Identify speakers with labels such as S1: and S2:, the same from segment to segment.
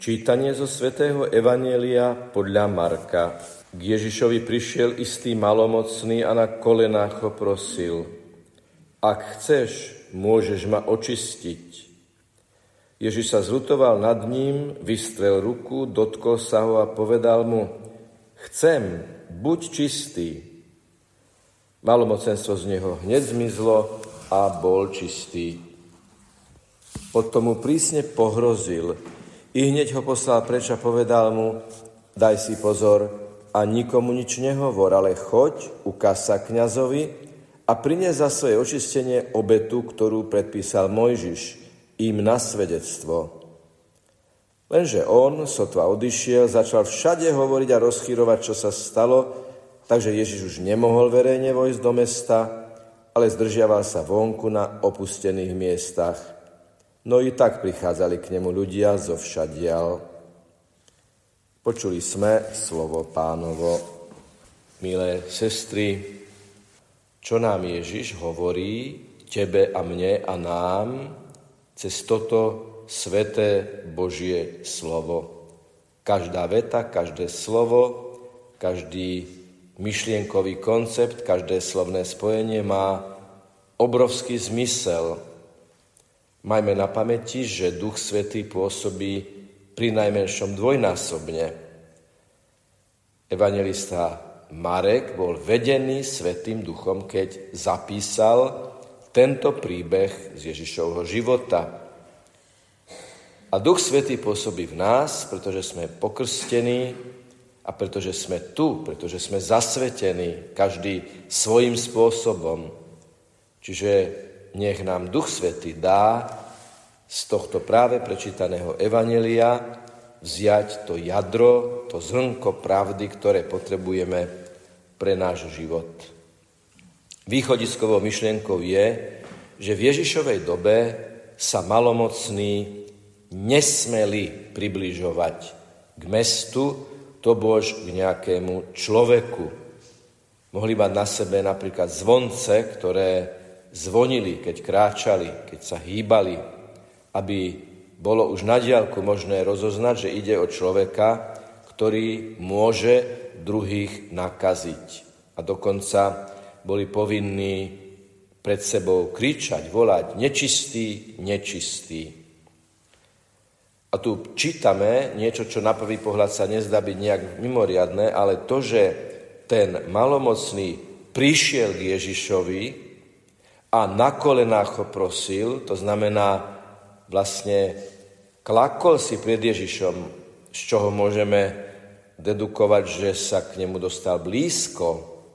S1: Čítanie zo svätého Evanjelia podľa Marka. K Ježišovi prišiel istý malomocný a na kolenách ho prosil: Ak chceš, môžeš ma očistiť. Ježiš sa zľutoval nad ním, vystrel ruku, dotkol sa ho a povedal mu: Chcem, buď čistý. Malomocenstvo z neho hneď zmizlo a bol čistý. Potom mu prísne pohrozil. I hneď ho poslal preč a povedal mu: Daj si pozor a nikomu nič nehovor, ale choď, ukáž sa kňazovi a prines za svoje očistenie obetu, ktorú predpísal Mojžiš, im na svedectvo. Lenže on, sotva odišiel, začal všade hovoriť a rozchýrovať, čo sa stalo, takže Ježiš už nemohol verejne vojsť do mesta, ale zdržiaval sa vonku na opustených miestach. No i tak prichádzali k nemu ľudia zovšadiaľ. Počuli sme slovo Pánovo. Milé sestry, čo nám Ježiš hovorí, tebe a mne a nám, cez toto sväté Božie slovo. Každá veta, každé slovo, každý myšlienkový koncept, každé slovné spojenie má obrovský zmysel. Majme na pamäti, že Duch Svätý pôsobí prinajmenšom dvojnásobne. Evanjelista Marek bol vedený Svätým Duchom, keď zapísal tento príbeh z Ježišovho života. A Duch Svätý pôsobí v nás, pretože sme pokrstení a pretože sme tu, pretože sme zasvetení, každý svojím spôsobom. Čiže nech nám Duch Svätý dá z tohto práve prečítaného evanjelia vziať to jadro, to zrnko pravdy, ktoré potrebujeme pre náš život. Východiskovou myšlienkou je, že v Ježišovej dobe sa malomocní nesmeli približovať k mestu, tobož k nejakému človeku. Mohli mať na sebe napríklad zvonce, ktoré zvonili, keď kráčali, keď sa hýbali, aby bolo už na diaľku možné rozoznať, že ide o človeka, ktorý môže druhých nakaziť. A dokonca boli povinní pred sebou kričať, volať: nečistý, nečistý. A tu čítame niečo, čo na prvý pohľad sa nezdá byť nejak mimoriadne, ale to, že ten malomocný prišiel k Ježišovi a na kolenách ho prosil, to znamená vlastne klakol si pred Ježišom, z čoho môžeme dedukovať, že sa k nemu dostal blízko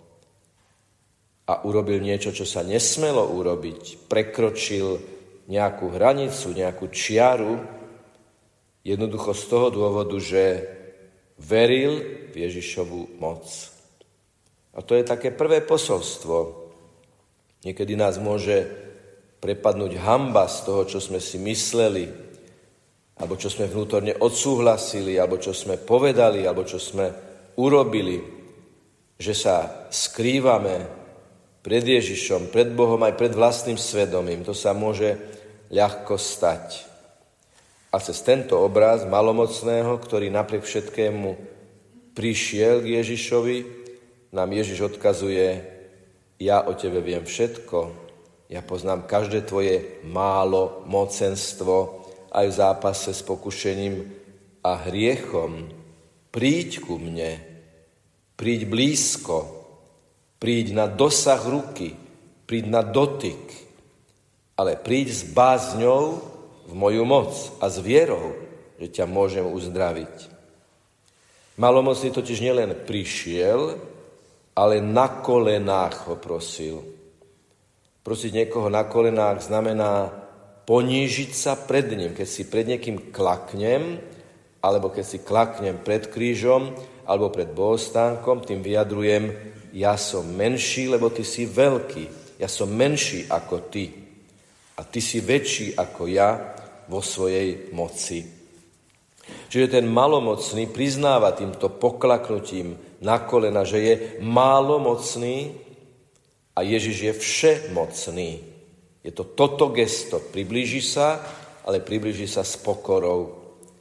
S1: a urobil niečo, čo sa nesmelo urobiť, prekročil nejakú hranicu, nejakú čiaru, jednoducho z toho dôvodu, že veril v Ježišovu moc. A to je také prvé posolstvo. Niekedy nás môže prepadnúť hanba z toho, čo sme si mysleli, alebo čo sme vnútorne odsúhlasili, alebo čo sme povedali, alebo čo sme urobili, že sa skrývame pred Ježišom, pred Bohom aj pred vlastným svedomím. To sa môže ľahko stať. A cez tento obraz malomocného, ktorý napriek všetkému prišiel k Ježišovi, nám Ježiš odkazuje: ja o tebe viem všetko, ja poznám každé tvoje málo mocenstvo aj v zápase s pokušením a hriechom. Príď ku mne, príď blízko, príď na dosah ruky, príď na dotyk, ale príď s bázňou v moju moc a s vierou, že ťa môžem uzdraviť. Malomocný totiž nielen prišiel, ale na kolenách ho prosil. Prosiť niekoho na kolenách znamená ponížiť sa pred ním. Keď si pred niekým klaknem, alebo keď si klaknem pred krížom, alebo pred bohostánkom, tým vyjadrujem: ja som menší, lebo ty si veľký. Ja som menší ako ty. A ty si väčší ako ja vo svojej moci. Čiže ten malomocný priznáva týmto poklaknutím na kolena, že je málomocný a Ježiš je všemocný. Je to toto gesto. Priblíži sa, ale priblíži sa s pokorou.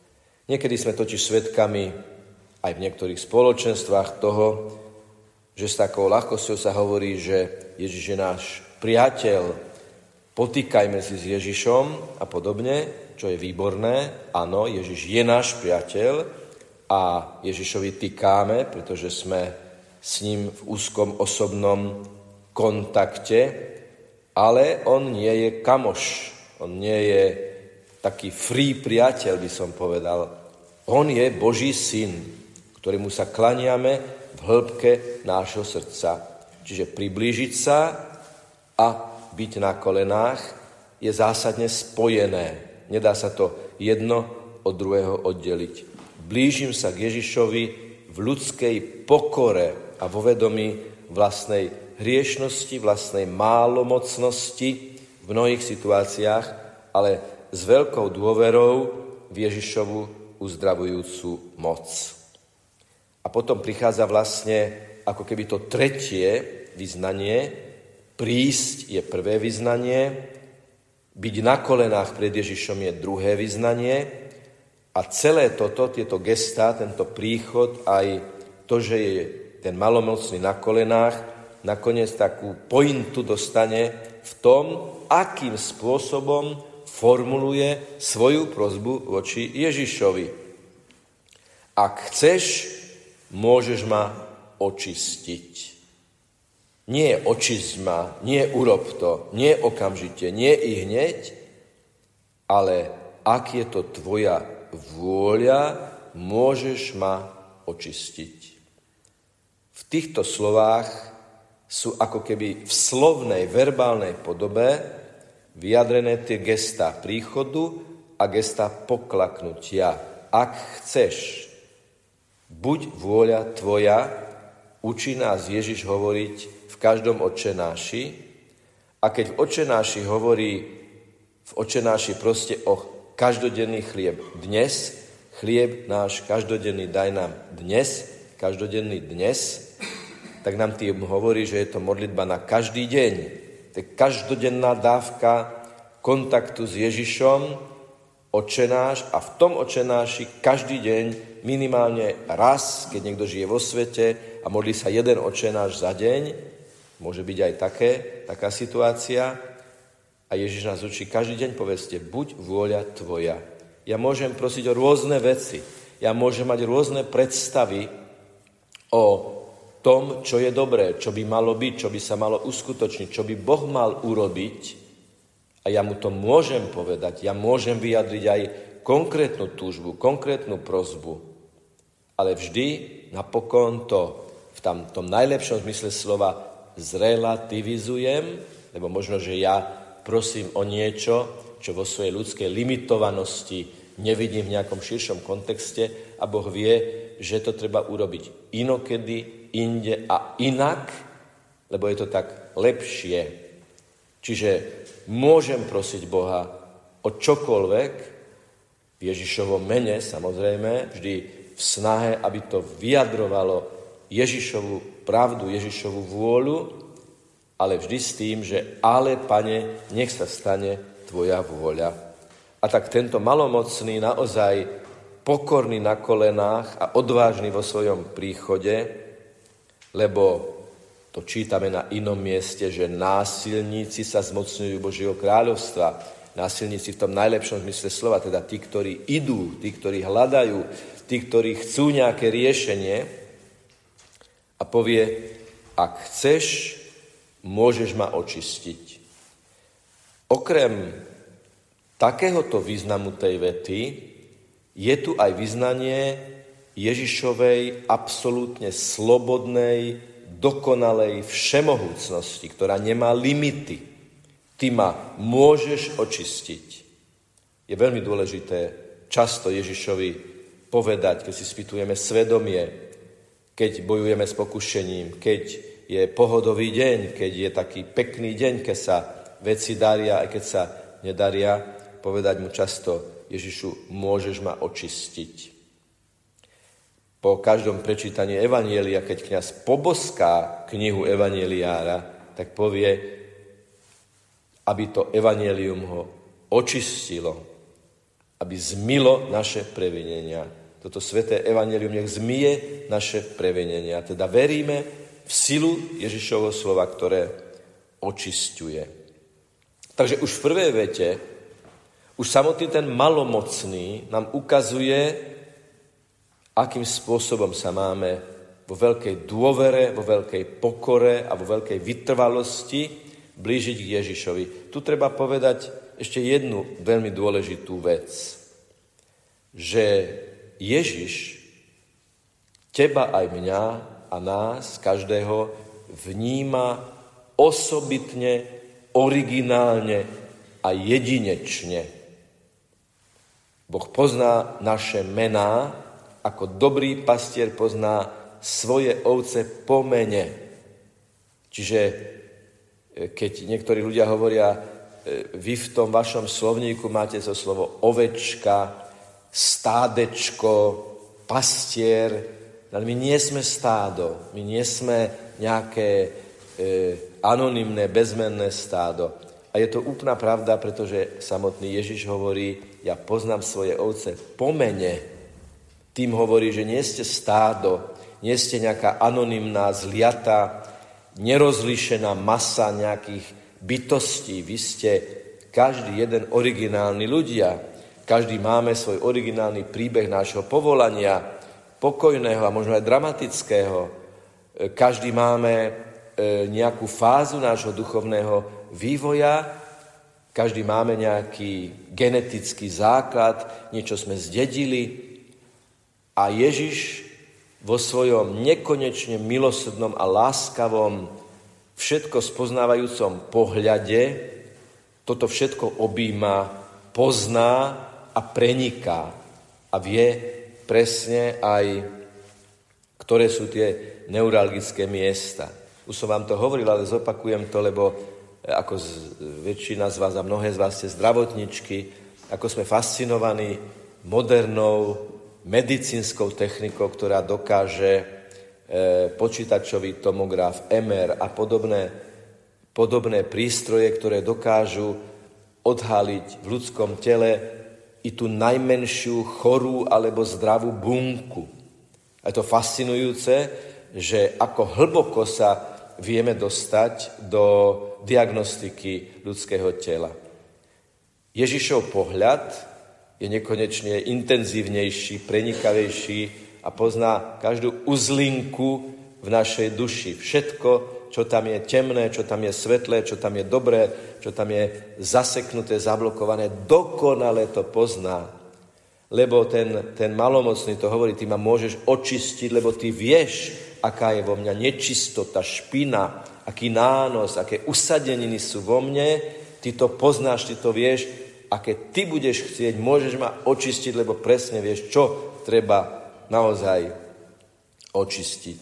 S1: Niekedy sme totiž svedkami aj v niektorých spoločenstvách toho, že s takou ľahkosťou sa hovorí, že Ježiš je náš priateľ, potýkajme si s Ježišom a podobne, čo je výborné. Áno, Ježiš je náš priateľ a Ježišovi tykáme, pretože sme s ním v úzkom osobnom kontakte, ale on nie je kamoš, on nie je taký free priateľ, by som povedal. On je Boží syn, ktorému sa klaniame v hĺbke nášho srdca. Čiže priblížiť sa a byť na kolenách je zásadne spojené. Nedá sa to jedno od druhého oddeliť. Blížim sa k Ježišovi v ľudskej pokore a vo vedomí vlastnej hriešnosti, vlastnej málomocnosti v mnohých situáciách, ale s veľkou dôverou v Ježišovu uzdravujúcu moc. A potom prichádza vlastne ako keby to tretie vyznanie. Prísť je prvé vyznanie, byť na kolenách pred Ježišom je druhé vyznanie a celé toto, tieto gestá, tento príchod, aj to, že je ten malomocný na kolenách, nakoniec takú pointu dostane v tom, akým spôsobom formuluje svoju prosbu voči Ježišovi. Ak chceš, môžeš ma očistiť. Nie očisť ma, nie urob to, nie okamžite, nie i hneď, ale ak je to tvoja vôľa, môžeš ma očistiť. V týchto slovách sú ako keby v slovnej, verbálnej podobe vyjadrené tie gestá príchodu a gestá poklaknutia. Ak chceš, buď vôľa tvoja, učí nás Ježiš hovoriť v každom Otčenáši. A keď v Otčenáši hovorí, v Otčenáši proste o každodenný chlieb dnes, chlieb náš každodenný daj nám dnes, každodenný dnes, tak nám tým hovorí, že je to modlitba na každý deň. To je každodenná dávka kontaktu s Ježišom, Otčenáš, a v tom Otčenáši každý deň minimálne raz, keď niekto žije vo svete a modlí sa jeden Otčenáš za deň, môže byť aj taká situácia, a Ježiš nás učí každý deň, povedzte, buď vôľa tvoja. Ja môžem prosiť o rôzne veci, ja môžem mať rôzne predstavy o tom, čo je dobré, čo by malo byť, čo by sa malo uskutočniť, čo by Boh mal urobiť, a ja mu to môžem povedať, ja môžem vyjadriť aj konkrétnu túžbu, konkrétnu prosbu, ale vždy napokon to v tom najlepšom zmysle slova zrelativizujem, lebo možno, že ja prosím o niečo, čo vo svojej ľudskej limitovanosti nevidím v nejakom širšom kontexte, a Boh vie, že to treba urobiť inokedy, inde a inak, lebo je to tak lepšie. Čiže môžem prosiť Boha o čokoľvek, v Ježišovom mene samozrejme, vždy v snahe, aby to vyjadrovalo Ježišovu pravdu, Ježišovu vôľu, ale vždy s tým, že ale, Pane, nech sa stane tvoja vôľa. A tak tento malomocný, naozaj pokorný na kolenách a odvážny vo svojom príchode, lebo to čítame na inom mieste, že násilníci sa zmocňujú Božieho kráľovstva. Násilníci v tom najlepšom zmysle slova, teda tí, ktorí idú, tí, ktorí hľadajú, tí, ktorí chcú nejaké riešenie, a povie, ak chceš, môžeš ma očistiť. Okrem takéhoto významu tej vety je tu aj vyznanie Ježišovej absolútne slobodnej, dokonalej všemohúcnosti, ktorá nemá limity. Ty ma môžeš očistiť. Je veľmi dôležité často Ježišovi povedať, keď si spýtujeme svedomie, keď bojujeme s pokušením, keď je pohodový deň, keď je taký pekný deň, keď sa veci daria, aj keď sa nedaria, povedať mu často, Ježišu, môžeš ma očistiť. Po každom prečítaní evanjelia, keď kňaz poboská knihu evanjeliára, tak povie, aby to evanjelium ho očistilo. aby zmilo naše previnenia. Toto sväté evanjelium nech zmije naše previnenia. Teda veríme v silu Ježišovho slova, ktoré očisťuje. Takže už v prvej vete, už samotný ten malomocný nám ukazuje, akým spôsobom sa máme vo veľkej dôvere, vo veľkej pokore a vo veľkej vytrvalosti blížiť k Ježišovi. Tu treba povedať ešte jednu veľmi dôležitú vec, že Ježiš teba aj mňa a nás, každého, vníma osobitne, originálne a jedinečne. Boh pozná naše mená, ako dobrý pastier pozná svoje ovce po mene. Čiže keď niektorí ľudia hovoria, vy v tom vašom slovníku máte to slovo ovečka, stádečko, pastier, ale my nie sme stádo, my nie sme nejaké anonymné, bezmenné stádo. A je to úplná pravda, pretože samotný Ježiš hovorí, ja poznám svoje ovce po mene. Tým hovorí, že nie ste stádo, nie ste nejaká anonymná, zliatá, nerozlíšená masa nejakých bytostí. Vy ste každý jeden originálny ľudia. Každý máme svoj originálny príbeh nášho povolania, pokojného a možno aj dramatického. Každý máme nejakú fázu nášho duchovného vývoja, každý máme nejaký genetický základ, niečo sme zdedili a Ježiš vo svojom nekonečne milosrdnom a láskavom, všetko spoznávajúcom pohľade toto všetko objíma, pozná a preniká a vie presne aj, ktoré sú tie neuralgické miesta. Už som vám to hovoril, ale zopakujem to, lebo ako väčšina z vás a mnohé z vás ste zdravotničky, ako sme fascinovaní modernou medicínskou technikou, ktorá dokáže počítačový tomograf, MR a podobné prístroje, ktoré dokážu odhaliť v ľudskom tele i tú najmenšiu chorú alebo zdravú bunku. A je to fascinujúce, že ako hlboko sa vieme dostať do diagnostiky ľudského tela. Ježišov pohľad je nekonečne intenzívnejší, prenikavejší a pozná každú uzlinku v našej duši. Všetko, čo tam je temné, čo tam je svetlé, čo tam je dobré, čo tam je zaseknuté, zablokované, dokonale to pozná. Lebo ten malomocný to hovorí, ty ma môžeš očistiť, lebo ty vieš, aká je vo mňa nečistota, špina, aký nános, aké usadeniny sú vo mne, ty to poznáš, ty to vieš, a keď ty budeš chcieť, môžeš ma očistiť, lebo presne vieš, čo treba naozaj očistiť.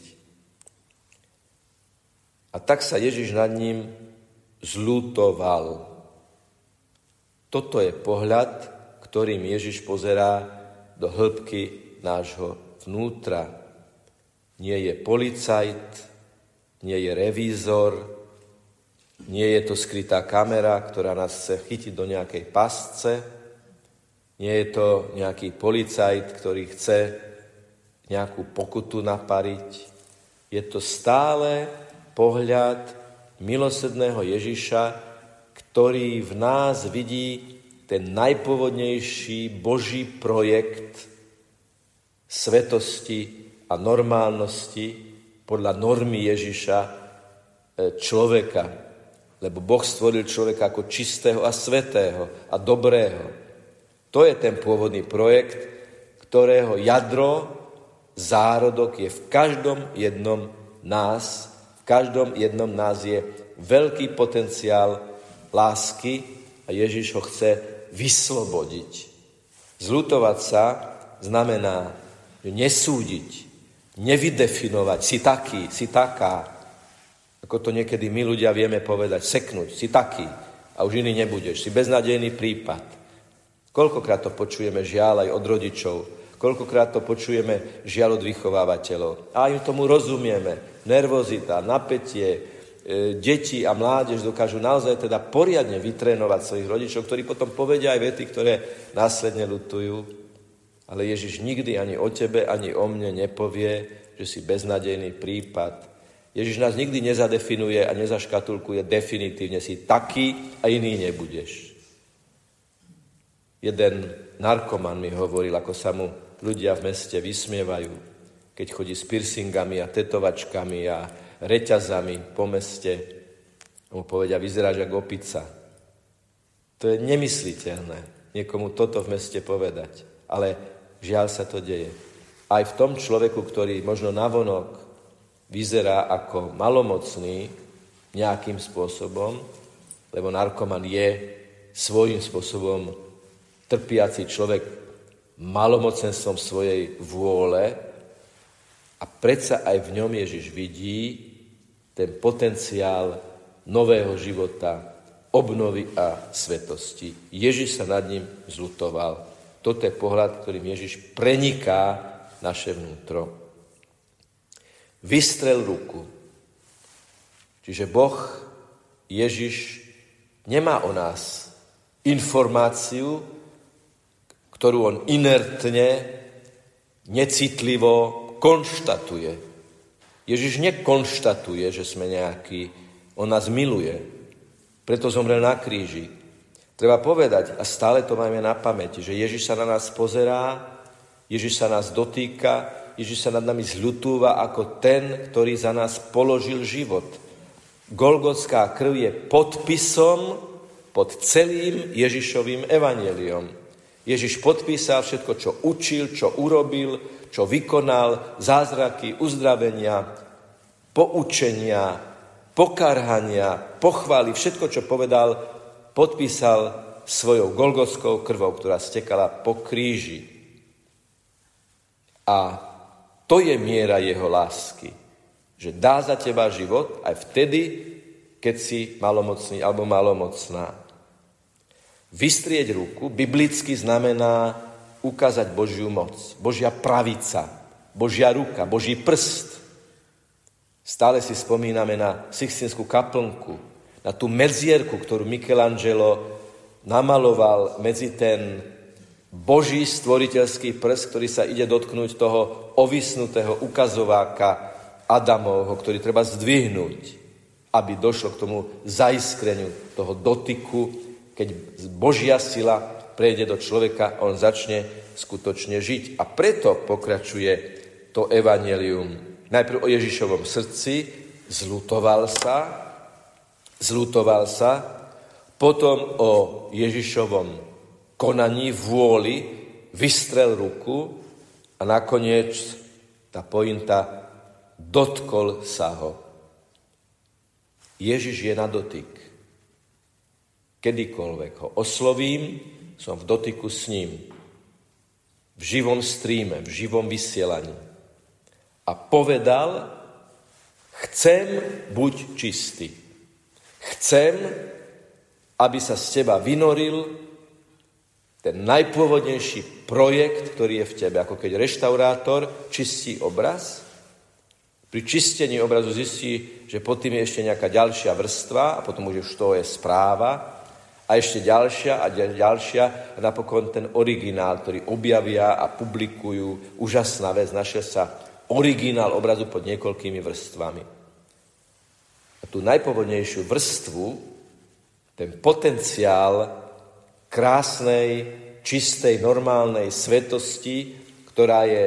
S1: A tak sa Ježiš nad ním zľutoval. Toto je pohľad, ktorým Ježiš pozerá do hĺbky nášho vnútra. Nie je policajt, nie je revízor, nie je to skrytá kamera, ktorá nás chce chytiť do nejakej pasce, nie je to nejaký policajt, ktorý chce nejakú pokutu napariť. Je to stále pohľad milosrdného Ježiša, ktorý v nás vidí ten najpôvodnejší Boží projekt svetosti a normálnosti podľa normy Ježiša človeka. Lebo Boh stvoril človeka ako čistého a svätého a dobrého. To je ten pôvodný projekt, ktorého jadro, zárodok je v každom jednom nás. V každom jednom nás je veľký potenciál lásky a Ježiš ho chce vyslobodiť. Zľutovať sa znamená nesúdiť, nevydefinovať, si taký, si taká. Ako to niekedy my ľudia vieme povedať, seknúť, si taký a už iný nebudeš, si beznádejný prípad. Koľkokrát to počujeme žiaľ aj od rodičov, koľkokrát to počujeme žiaľ od vychovávateľov. A im tomu rozumieme, nervozita, napätie, deti a mládež dokážu naozaj teda poriadne vytrénovať svojich rodičov, ktorí potom povedia aj vety, ktoré následne ľutujú. Ale Ježiš nikdy ani o tebe, ani o mne nepovie, že si beznadejný prípad. Ježiš nás nikdy nezadefinuje a nezaškatulkuje definitívne, si taký a iný nebudeš. Jeden narkoman mi hovoril, ako sa mu ľudia v meste vysmievajú, keď chodí s piercingami a tetovačkami a reťazami po meste. Mu povedia, vyzeráš ako opica. To je nemysliteľné niekomu toto v meste povedať. Ale žiaľ sa to deje. Aj v tom človeku, ktorý možno navonok vyzerá ako malomocný nejakým spôsobom, lebo narkoman je svojím spôsobom trpiaci človek malomocenstvom svojej vôle a predsa aj v ňom Ježiš vidí ten potenciál nového života, obnovy a svetosti. Ježiš sa nad ním zľutoval. Toto je pohľad, ktorým Ježiš preniká naše vnútro. Vystrel ruku. Čiže Boh, Ježiš, nemá o nás informáciu, ktorú on inertne, necitlivo konštatuje. Ježiš nekonštatuje, že sme nejakí, on nás miluje. Preto zomrel na kríži. Treba povedať, a stále to máme na pamäti, že Ježiš sa na nás pozerá, Ježiš sa nás dotýka, Ježiš sa nad nami zľutúva ako ten, ktorý za nás položil život. Golgotská krv je podpisom pod celým Ježišovým evanjeliom. Ježiš podpísal všetko, čo učil, čo urobil, čo vykonal, zázraky, uzdravenia, poučenia, pokarhania, pochvály, všetko, čo povedal, podpísal svojou golgotskou krvou, ktorá stekala po kríži. A to je miera jeho lásky, že dá za teba život aj vtedy, keď si malomocný alebo malomocná. Vystrieť ruku biblicky znamená ukázať Božiu moc, Božia pravica, Božia ruka, Boží prst. Stále si spomíname na Sixtinskú kaplnku, na tú medzierku, ktorú Michelangelo namaloval medzi ten Boží stvoriteľský prst, ktorý sa ide dotknúť toho ovisnutého ukazováka Adamovho, ktorý treba zdvihnúť, aby došlo k tomu zaiskreniu toho dotyku, keď Božia sila prejde do človeka a on začne skutočne žiť. A preto pokračuje to evanjelium. Najprv o Ježišovom srdci, zľutoval sa, potom o Ježišovom konaní, vôli, vystrel ruku a nakoniec tá pointa, dotkol sa ho. Ježiš je na dotyk. Kedykoľvek ho oslovím, som v dotyku s ním. V živom stríme, v živom vysielaní. A povedal, chcem buď čistý. Chcem, aby sa z teba vynoril ten najpôvodnejší projekt, ktorý je v tebe. Ako keď reštaurátor čistí obraz, pri čistení obrazu zistí, že pod tým je ešte nejaká ďalšia vrstva a potom už to je správa a ešte ďalšia a ďalšia a napokon ten originál, ktorý objavia a publikujú. Úžasná vec, našiel sa originál obrazu pod niekoľkými vrstvami. A tú najpôvodnejšiu vrstvu, ten potenciál krásnej, čistej, normálnej svetosti, ktorá je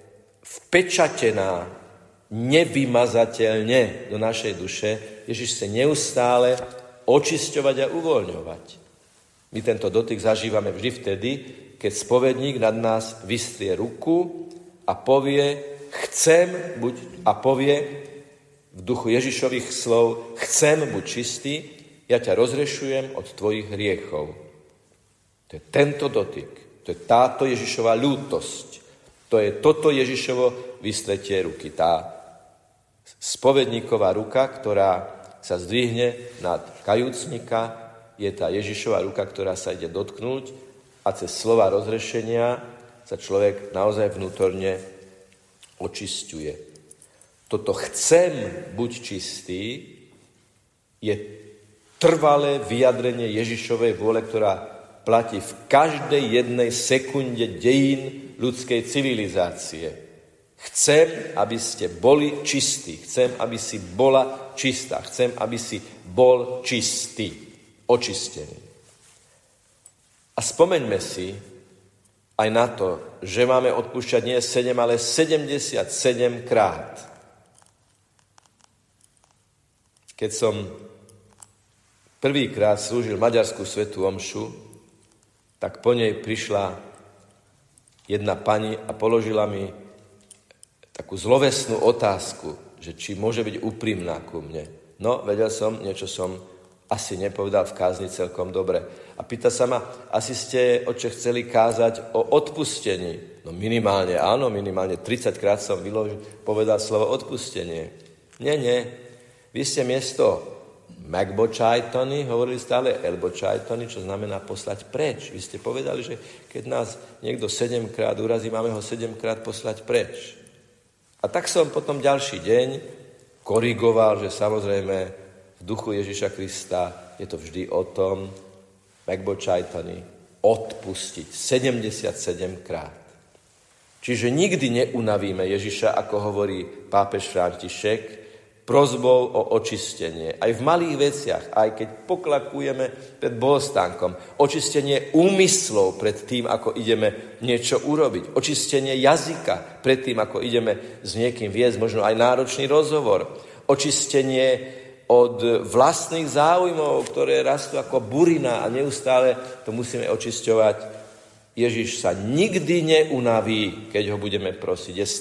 S1: vpečatená nevymazateľne do našej duše, Ježiš chce neustále očisťovať a uvoľňovať. My tento dotyk zažívame vždy vtedy, keď spovedník nad nás vystrie ruku a povie, chcem buď, a povie v duchu Ježišových slov, chcem buď čistý, ja ťa rozrešujem od tvojich hriechov. To je tento dotyk, to je táto Ježišova ľútosť, to je toto Ježišovo vystretie ruky, tá spovedníková ruka, ktorá sa zdvihne nad kajúcnika, je tá Ježišova ruka, ktorá sa ide dotknúť a cez slova rozrešenia sa človek naozaj vnútorne očisťuje. Toto chcem buď čistý je trvalé vyjadrenie Ježišovej vôle, ktorá platí v každej jednej sekunde dejín ľudskej civilizácie. Chcem, aby ste boli čistí. Chcem, aby si bola čistá. Chcem, aby si bol čistý, očistený. A spomeňme si aj na to, že máme odpúšťať nie 7, ale 77 krát. Keď som prvýkrát slúžil maďarskú svätú omšu, tak po nej prišla jedna pani a položila mi takú zlovesnú otázku, že či môže byť úprimná ku mne. No, vedel som, niečo som asi nepovedal v kázni celkom dobre. A pýta sa ma, asi ste, otče, chceli kázať o odpustení. No minimálne, áno, minimálne 30 krát som povedal slovo odpustenie. Nie. Vy ste miesto megbočajtony, hovorili stále elbočajtony, čo znamená poslať preč. Vy ste povedali, že keď nás niekto 7 krát urazí, máme ho 7 krát poslať preč. A tak som potom ďalší deň korigoval, že samozrejme v duchu Ježiša Krista je to vždy o tom, megbočajtony, odpustiť 77 krát. Čiže nikdy neunavíme Ježiša, ako hovorí pápež František, prosbou o očistenie. Aj v malých veciach, aj keď poklakujeme pred bohostánkom. Očistenie úmyslov pred tým, ako ideme niečo urobiť. Očistenie jazyka pred tým, ako ideme s niekým viesť, možno aj náročný rozhovor. Očistenie od vlastných záujmov, ktoré rastú ako burina a neustále to musíme očisťovať. Ježiš sa nikdy neunaví, keď ho budeme prosiť. Je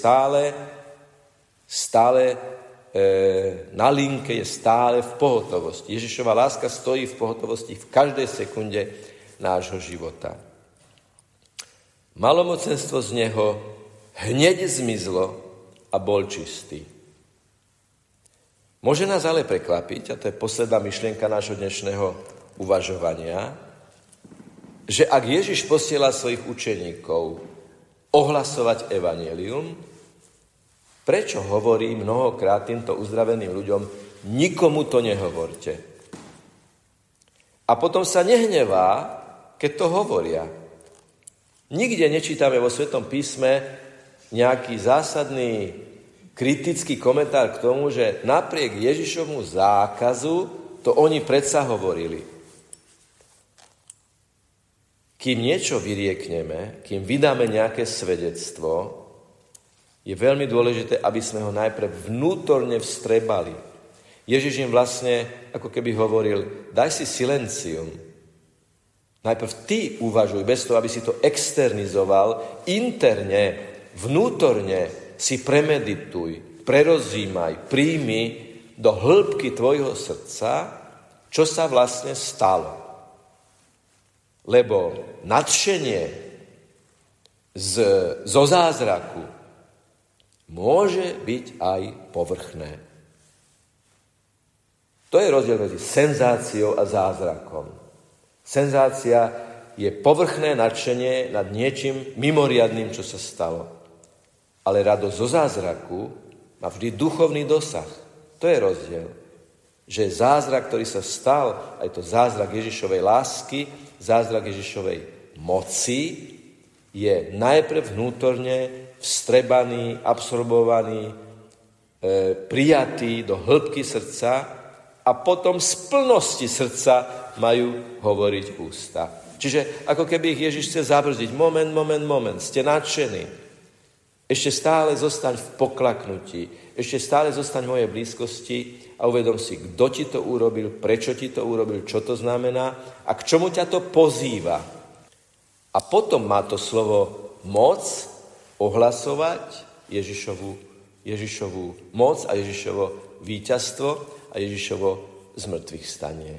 S1: stále na linke, je stále v pohotovosti. Ježišova láska stojí v pohotovosti v každej sekunde nášho života. Malomocenstvo z neho hneď zmizlo a bol čistý. Môže nás ale prekvapiť, a to je posledná myšlienka nášho dnešného uvažovania, že ak Ježiš posiela svojich učeníkov ohlasovať evanjelium, prečo hovorí mnohokrát týmto uzdraveným ľuďom, nikomu to nehovorte. A potom sa nehnevá, keď to hovoria. Nikde nečítame vo Svetom písme nejaký zásadný kritický komentár k tomu, že napriek Ježišovmu zákazu to oni predsa hovorili. Kým niečo vyriekneme, kým vydáme nejaké svedectvo, je veľmi dôležité, aby sme ho najprv vnútorne vstrebali. Ježiš im vlastne ako keby hovoril, daj si silencium. Najprv ty uvažuj, bez toho, aby si to externizoval, interne, vnútorne si premedituj, prerozímaj, príjmi do hĺbky tvojho srdca, čo sa vlastne stalo. Lebo nadšenie zo zázraku môže byť aj povrchné. To je rozdiel medzi senzáciou a zázrakom. Senzácia je povrchné nadšenie nad niečím mimoriadnym, čo sa stalo. Ale radosť zo zázraku má vždy duchovný dosah. To je rozdiel. Že zázrak, ktorý sa stal, aj to zázrak Ježišovej lásky, zázrak Ježišovej moci, je najprv vnútorne vstrebaný, absorbovaný, prijatý do hĺbky srdca a potom z plnosti srdca majú hovoriť ústa. Čiže ako keby ich Ježiš chce zabrzdiť. Moment, ste nadšení. Ešte stále zostaň v poklaknutí. Ešte stále zostaň v mojej blízkosti a uvedom si, kto ti to urobil, prečo ti to urobil, čo to znamená a k čomu ťa to pozýva. A potom má to slovo moc ohlasovať Ježišovú moc a Ježišovo víťazstvo a Ježišovo zmrtvých stanie.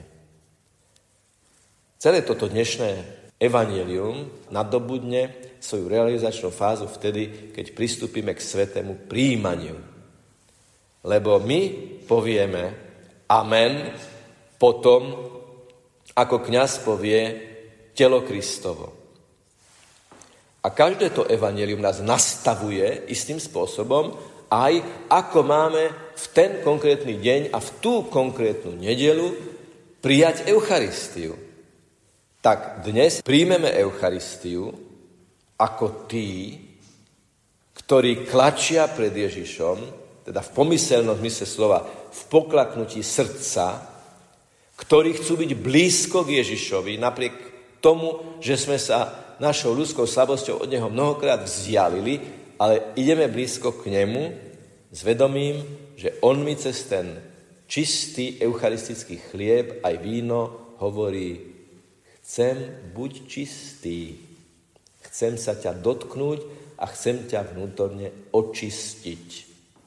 S1: Celé toto dnešné evanjelium nadobudne svoju realizačnú fázu vtedy, keď pristúpime k svätému prijímaniu. Lebo my povieme amen potom, ako kňaz povie telo Kristovo. A každé to evanjelium nás nastavuje istým spôsobom, aj ako máme v ten konkrétny deň a v tú konkrétnu nedeľu prijať Eucharistiu. Tak dnes príjmeme Eucharistiu ako tí, ktorí klačia pred Ježišom, teda v pomyselnom zmysle slova, v poklaknutí srdca, ktorí chcú byť blízko k Ježišovi, napriek tomu, že sme sa našou ľudskou slabosťou od neho mnohokrát vzdialili, ale ideme blízko k nemu s vedomím, že on mi cez ten čistý eucharistický chlieb aj víno hovorí: chcem buď čistý, chcem sa ťa dotknúť a chcem ťa vnútorne očistiť.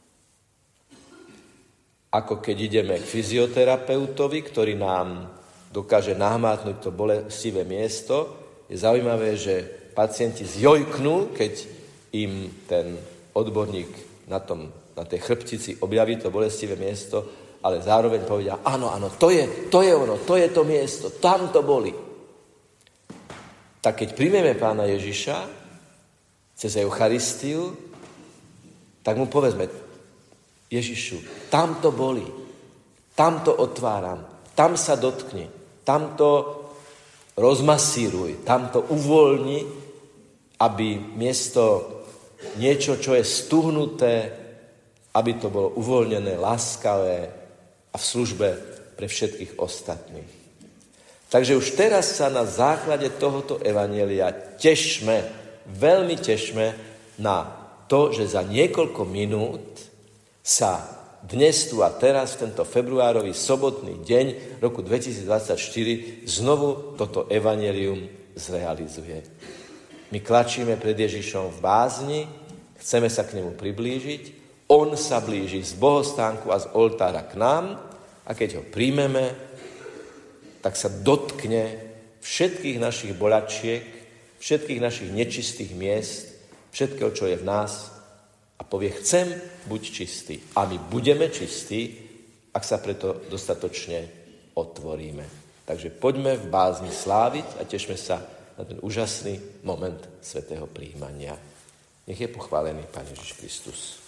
S1: Ako keď ideme k fyzioterapeutovi, ktorý nám dokáže nahmátnuť to bolestivé miesto, je zaujímavé, že pacienti zjojknú, keď im ten odborník na tej chrbtici objaví to bolestivé miesto, ale zároveň povedia: áno, to je ono, to je to miesto, tam to boli. Tak keď príjmeme Pána Ježiša cez Eucharistiu, tak mu povedzme: Ježišu, tam to boli, tam to otváram, tam sa dotkni, tam to rozmasíruj, tam to uvoľni, aby miesto niečo, čo je stuhnuté, aby to bolo uvoľnené, láskavé a v službe pre všetkých ostatných. Takže už teraz sa na základe tohoto evanjelia tešme, veľmi tešme na to, že za niekoľko minút sa dnes tu a teraz, v tento februárový sobotný deň roku 2024, znovu toto evanjelium zrealizuje. My klačíme pred Ježišom v bázni, chceme sa k nemu priblížiť, on sa blíži z bohostánku a z oltára k nám a keď ho príjmeme, tak sa dotkne všetkých našich bolačiek, všetkých našich nečistých miest, všetkého, čo je v nás a povie: chcem buď čistý. A my budeme čistí, ak sa preto dostatočne otvoríme. Takže poďme v bázni sláviť a tešme sa na ten úžasný moment svätého prijímania. Nech je pochválený Pán Ježiš Kristus.